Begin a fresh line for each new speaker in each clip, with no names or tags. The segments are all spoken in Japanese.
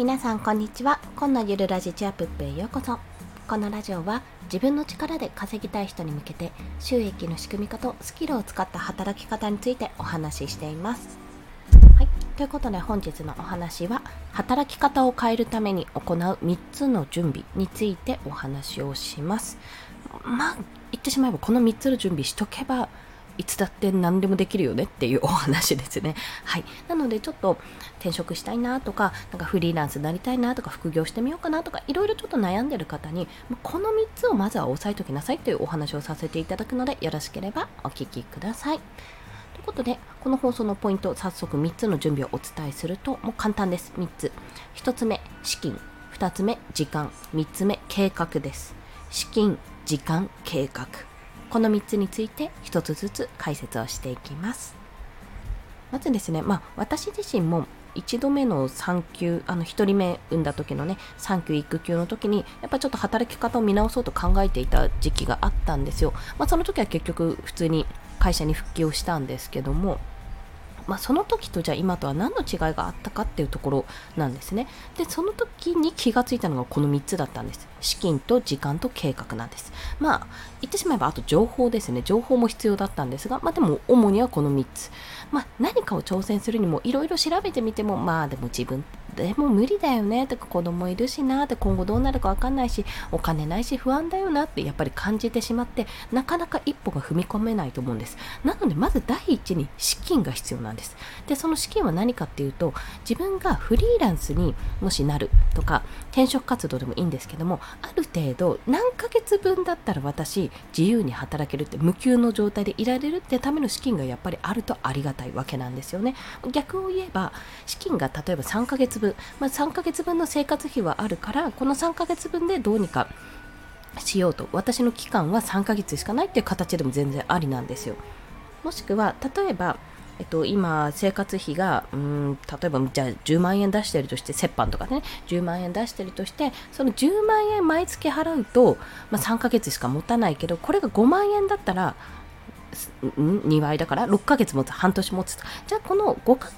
皆さんこんにちは。今のゆるラジチアップへようこそ。このラジオは自分の力で稼ぎたい人に向けて収益の仕組み化とスキルを使った働き方についてお話ししています。はい、ということで本日のお話は働き方を変えるために行う3つの準備についてお話をします。言ってしまえばこの3つの準備しとけばいつだって何でもできるよねっていうお話ですね。はい。なのでちょっと転職したいなとか、フリーランスになりたいなとか、副業してみようかなとか、いろいろちょっと悩んでる方に、この3つをまずは押さえておきなさいというお話をさせていただくので、よろしければお聞きください。ということで、この放送のポイント、早速3つの準備をお伝えすると、もう簡単です。3つ。1つ目、資金。2つ目、時間。3つ目、計画です。資金、時間、計画。この3つについて1つずつ解説をしていきます。まずですね、私自身も1度目の産休、1人目産んだ時のね、産休育休の時に、やっぱちょっと働き方を見直そうと考えていた時期があったんですよ。その時は結局普通に会社に復帰をしたんですけども、その時とじゃあ今とは何の違いがあったかっていうところなんですね。で、その時に気がついたのがこの3つだったんです。資金と時間と計画なんです。言ってしまえばあと情報ですね。情報も必要だったんですが、でも主にはこの3つ。何かを挑戦するにもいろいろ調べてみても、でも自分でも無理だよねって、子供いるしなって、今後どうなるかわかんないし、お金ないし不安だよなってやっぱり感じてしまって、なかなか一歩が踏み込めないと思うんです。なのでまず第一に資金が必要なんです。で、その資金は何かっていうと、自分がフリーランスにもしなるとか、転職活動でもいいんですけども、ある程度何ヶ月分だったら私自由に働けるって、無給の状態でいられるってための資金がやっぱりあるとありがたいわけなんですよね。逆を言えば、資金が例えば3ヶ月分、3ヶ月分の生活費はあるから、この3ヶ月分でどうにかしようと、私の期間は3ヶ月しかないっていう形でも全然ありなんですよ。もしくは例えば今生活費が例えばじゃあ10万円出してるとして、折半とかでね10万円出してるとして、その10万円毎月払うと、3ヶ月しか持たないけど、これが5万円だったら2倍だから6ヶ月持つ、半年持つ。じゃあこの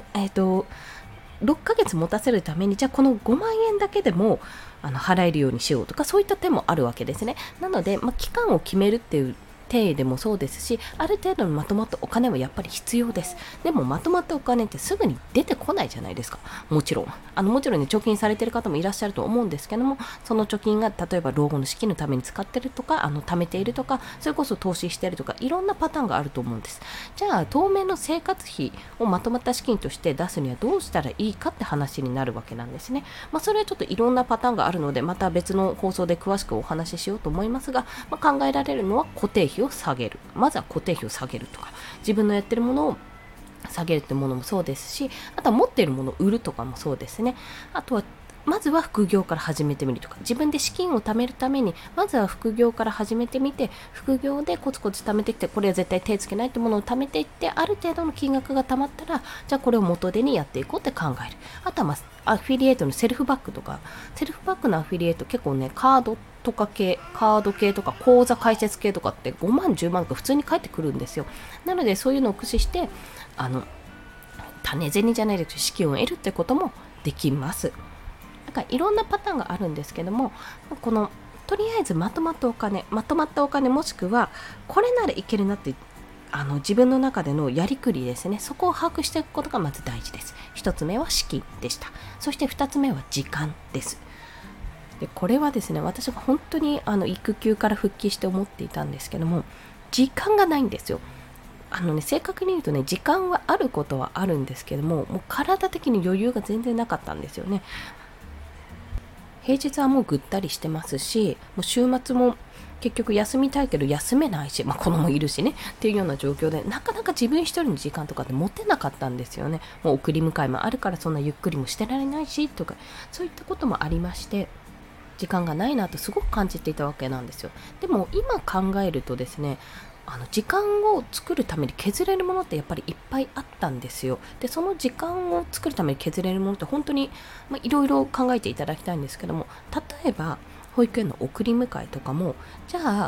6ヶ月持たせるために、じゃあこの5万円だけでも払えるようにしようとか、そういった手もあるわけですね。なので、期間を決めるっていう定でもそうですし、ある程度のまとまったお金はやっぱり必要です。でもまとまったお金ってすぐに出てこないじゃないですか。もちろんね、貯金されている方もいらっしゃると思うんですけども、その貯金が例えば老後の資金のために使ってるとか、貯めているとか、それこそ投資しているとか、いろんなパターンがあると思うんです。じゃあ当面の生活費をまとまった資金として出すにはどうしたらいいかって話になるわけなんですね。それはちょっといろんなパターンがあるので、また別の放送で詳しくお話ししようと思いますが、考えられるのは固定費を下げる。まずは固定費を下げるとか、自分のやってるものを下げるってものもそうですし、あとは持っているものを売るとかもそうですね。あとはまずは副業から始めてみるとか、自分で資金を貯めるためにまずは副業から始めてみて、副業でコツコツ貯めてきて、これは絶対手つけないってものを貯めていって、ある程度の金額が貯まったら、じゃあこれを元手にやっていこうって考える。あとはアフィリエイトのセルフバックとか、セルフバックのアフィリエイト結構ね、カード系とか口座開設系とかって5万10万と普通に返ってくるんですよ。なのでそういうのを駆使して種銭じゃないですけど資金を得るってこともできます。いろんなパターンがあるんですけども、とりあえずまとまったお金、もしくはこれならいけるなって自分の中でのやりくりですね、そこを把握していくことがまず大事です。一つ目は資金でした。そして二つ目は時間です。でこれはですね、私が本当に育休から復帰して思っていたんですけども、時間がないんですよ。正確に言うとね、時間はあることはあるんですけども、もう体的に余裕が全然なかったんですよね。平日はもうぐったりしてますし、もう週末も結局休みたいけど休めないし、子供いるしねっていうような状況で、なかなか自分一人の時間とかって持てなかったんですよね。もう送り迎えもあるから、そんなゆっくりもしてられないしとか、そういったこともありまして、時間がないなとすごく感じていたわけなんですよ。でも今考えるとですね、時間を作るために削れるものってやっぱりいっぱいあったんですよ。でその時間を作るために削れるものって本当にいろいろ考えていただきたいんですけども、例えば保育園の送り迎えとかも、じゃあ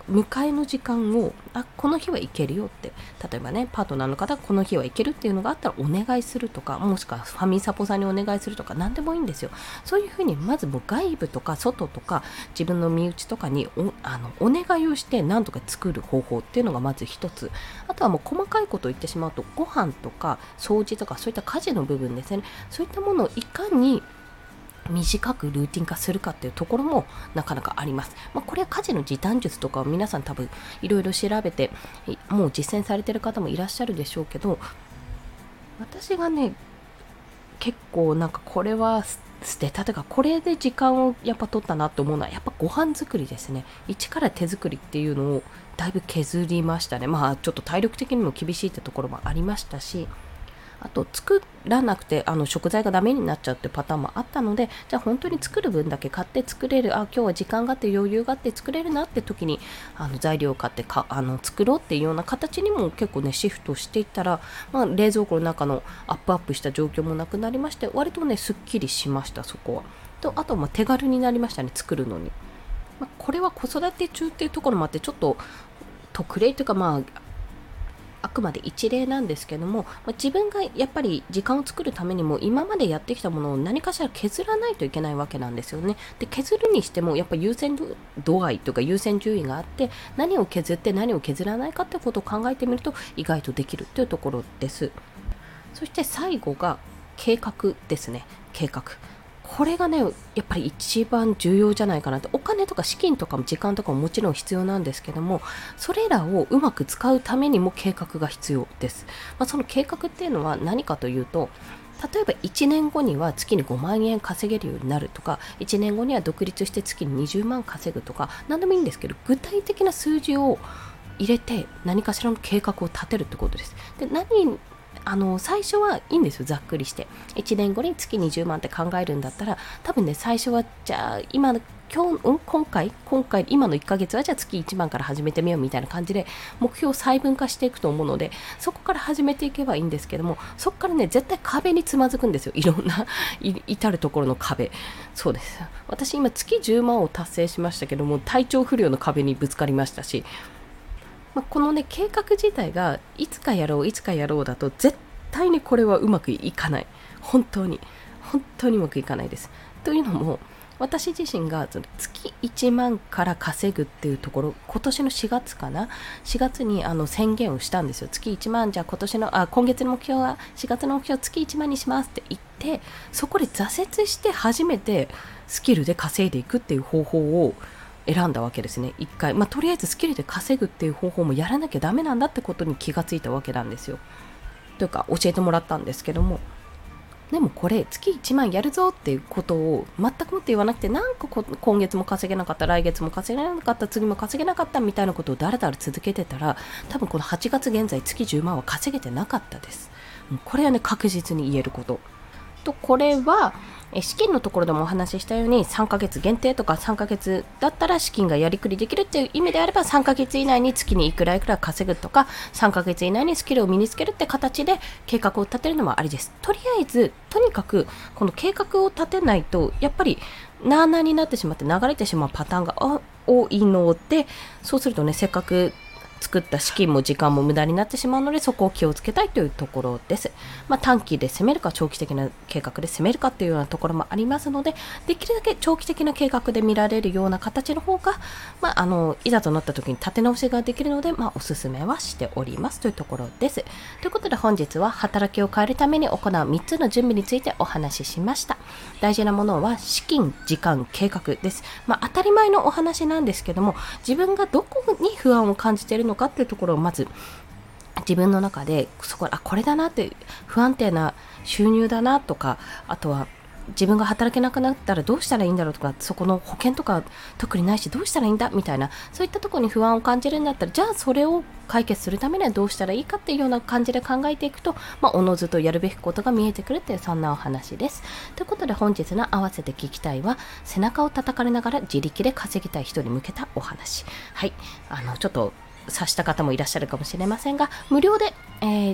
迎えの時間をこの日は行けるよって、例えばねパートナーの方がこの日は行けるっていうのがあったらお願いするとか、もしくはファミサポさんにお願いするとか何でもいいんですよ。そういうふうにまずもう外部とか外とか自分の身内とかにお願いをして何とか作る方法っていうのがまず一つ。あとはもう細かいことを言ってしまうと、ご飯とか掃除とかそういった家事の部分ですね、そういったものをいかに短くルーティン化するかっていうところもなかなかあります。これは家事の時短術とかを皆さん多分いろいろ調べてもう実践されている方もいらっしゃるでしょうけど、私がね結構なんかこれは捨てたというか、これで時間をやっぱ取ったなと思うのはやっぱご飯作りですね。一から手作りっていうのをだいぶ削りましたね。ちょっと体力的にも厳しいってところもありましたし、あと作らなくて食材がダメになっちゃうってパターンもあったので、じゃあ本当に作る分だけ買って作れる、今日は時間があって余裕があって作れるなって時に材料を買って作ろうっていうような形にも結構ねシフトしていったら、冷蔵庫の中のアップした状況もなくなりまして、割とねすっきりしました。そこはと、あと手軽になりましたね、作るのに。これは子育て中っていうところもあってちょっと特例というかあくまで一例なんですけども、自分がやっぱり時間を作るためにも今までやってきたものを何かしら削らないといけないわけなんですよね。で、削るにしてもやっぱ優先度合いというか優先順位があって、何を削って何を削らないかってことを考えてみると意外とできるというところです。そして最後が計画ですね。計画。これがねやっぱり一番重要じゃないかなと。お金とか資金とかも時間とかももちろん必要なんですけども、それらをうまく使うためにも計画が必要です。その計画っていうのは何かというと、例えば1年後には月に5万円稼げるようになるとか、1年後には独立して月に20万稼ぐとか、何でもいいんですけど、具体的な数字を入れて何かしらの計画を立てるってことです。で、最初はいいんですよ、ざっくりして。1年後に月20万って考えるんだったら、多分ね、最初は、じゃあ、今の今回、今の1ヶ月はじゃあ月1万から始めてみようみたいな感じで、目標を細分化していくと思うので、そこから始めていけばいいんですけども、そこからね、絶対壁につまずくんですよ。いろんな、至るところの壁。そうです。私今月10万を達成しましたけども、体調不良の壁にぶつかりましたし、このね計画自体がいつかやろうだと絶対にこれはうまくいかない。本当にうまくいかないです。というのも、私自身が月1万から稼ぐっていうところ、今年の4月かな、4月に宣言をしたんですよ。月1万、じゃあ今月の目標は4月の目標月1万にしますって言って、そこで挫折して初めてスキルで稼いでいくっていう方法を選んだわけですね。一回、とりあえずスキルで稼ぐっていう方法もやらなきゃダメなんだってことに気がついたわけなんですよ。というか教えてもらったんですけども、でもこれ月1万やるぞっていうことを全くもって言わなくて、なんか今月も稼げなかった、来月も稼げなかった、次も稼げなかったみたいなことをだらだら続けてたら、多分この8月現在月10万は稼げてなかったです。これはね確実に言えることと、これは資金のところでもお話ししたように3ヶ月限定とか3ヶ月だったら資金がやりくりできるっていう意味であれば、3ヶ月以内に月にいくら稼ぐとか、3ヶ月以内にスキルを身につけるって形で計画を立てるのもありです。とりあえずとにかくこの計画を立てないとやっぱりなあなあになってしまって流れてしまうパターンが多いので、そうするとねせっかく作った資金も時間も無駄になってしまうので、そこを気をつけたいというところです。短期で攻めるか長期的な計画で攻めるかというようなところもありますので、できるだけ長期的な計画で見られるような形の方が、いざとなった時に立て直しができるので、おすすめはしておりますというところです。ということで本日は働きを変えるために行う3つの準備についてお話ししました。大事なものは資金、時間、計画です。当たり前のお話なんですけども、自分がどこに不安を感じているのかっていうところをまず自分の中でこれだなって、不安定な収入だなとか、あとは自分が働けなくなったらどうしたらいいんだろうとか、そこの保険とか特にないしどうしたらいいんだみたいな、そういったところに不安を感じるんだったら、じゃあそれを解決するためにはどうしたらいいかっていうような感じで考えていくと、おのずとやるべきことが見えてくるっていう、そんなお話です。ということで本日の合わせて聞きたいは、背中を叩かれながら自力で稼ぎたい人に向けたお話。はい、ちょっと察した方もいらっしゃるかもしれませんが、無料で、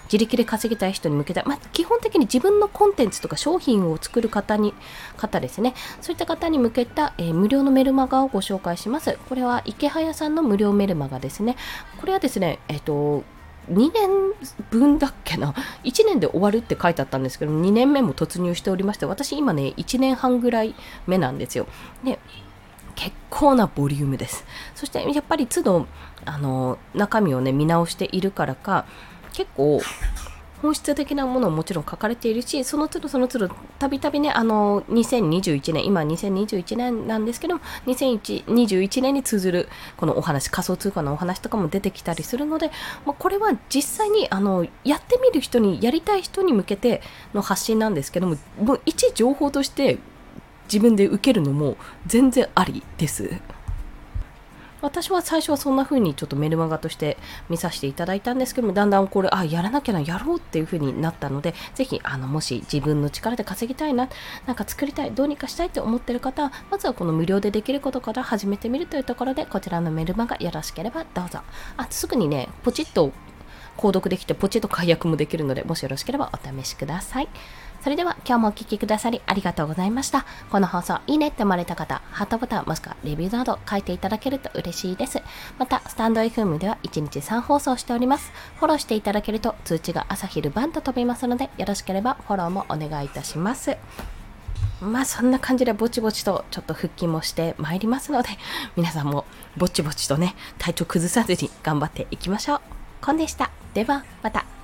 自力で稼ぎたい人に向けた、基本的に自分のコンテンツとか商品を作る方ですね、そういった方に向けた、無料のメルマガをご紹介します。これは池早さんの無料メルマガですね。これはですね、2年分だっけな、1年で終わるって書いてあったんですけど、2年目も突入しておりまして、私今ね1年半ぐらい目なんですよ。で、結構なボリュームです。そしてやっぱり都度中身をね見直しているからか、結構本質的なものももちろん書かれているし、その都度たびたびね、2021年、今2021年なんですけども、2021年に通ずるこのお話、仮想通貨のお話とかも出てきたりするので、これは実際にやってみる人に、やりたい人に向けての発信なんですけども、もう一情報として自分で受けるのも全然ありです。私は最初はそんな風にちょっとメルマガとして見させていただいたんですけども、だんだんこれやらなきゃな、やろうっていう風になったので、ぜひもし自分の力で稼ぎたいな、なんか作りたい、どうにかしたいって思ってる方は、まずはこの無料でできることから始めてみるというところで、こちらのメルマガよろしければどうぞ。すぐにねポチッと購読できて、ポチッと解約もできるので、もしよろしければお試しください。それでは今日もお聞きくださりありがとうございました。この放送いいねって思われた方、ハートボタンもしくはレビューなど書いていただけると嬉しいです。またスタンド FM では1日3放送しております。フォローしていただけると通知が朝昼晩と飛びますので、よろしければフォローもお願いいたします。そんな感じでぼちぼちとちょっと復帰もしてまいりますので、皆さんもぼちぼちとね体調崩さずに頑張っていきましょう。コンでした。ではまた。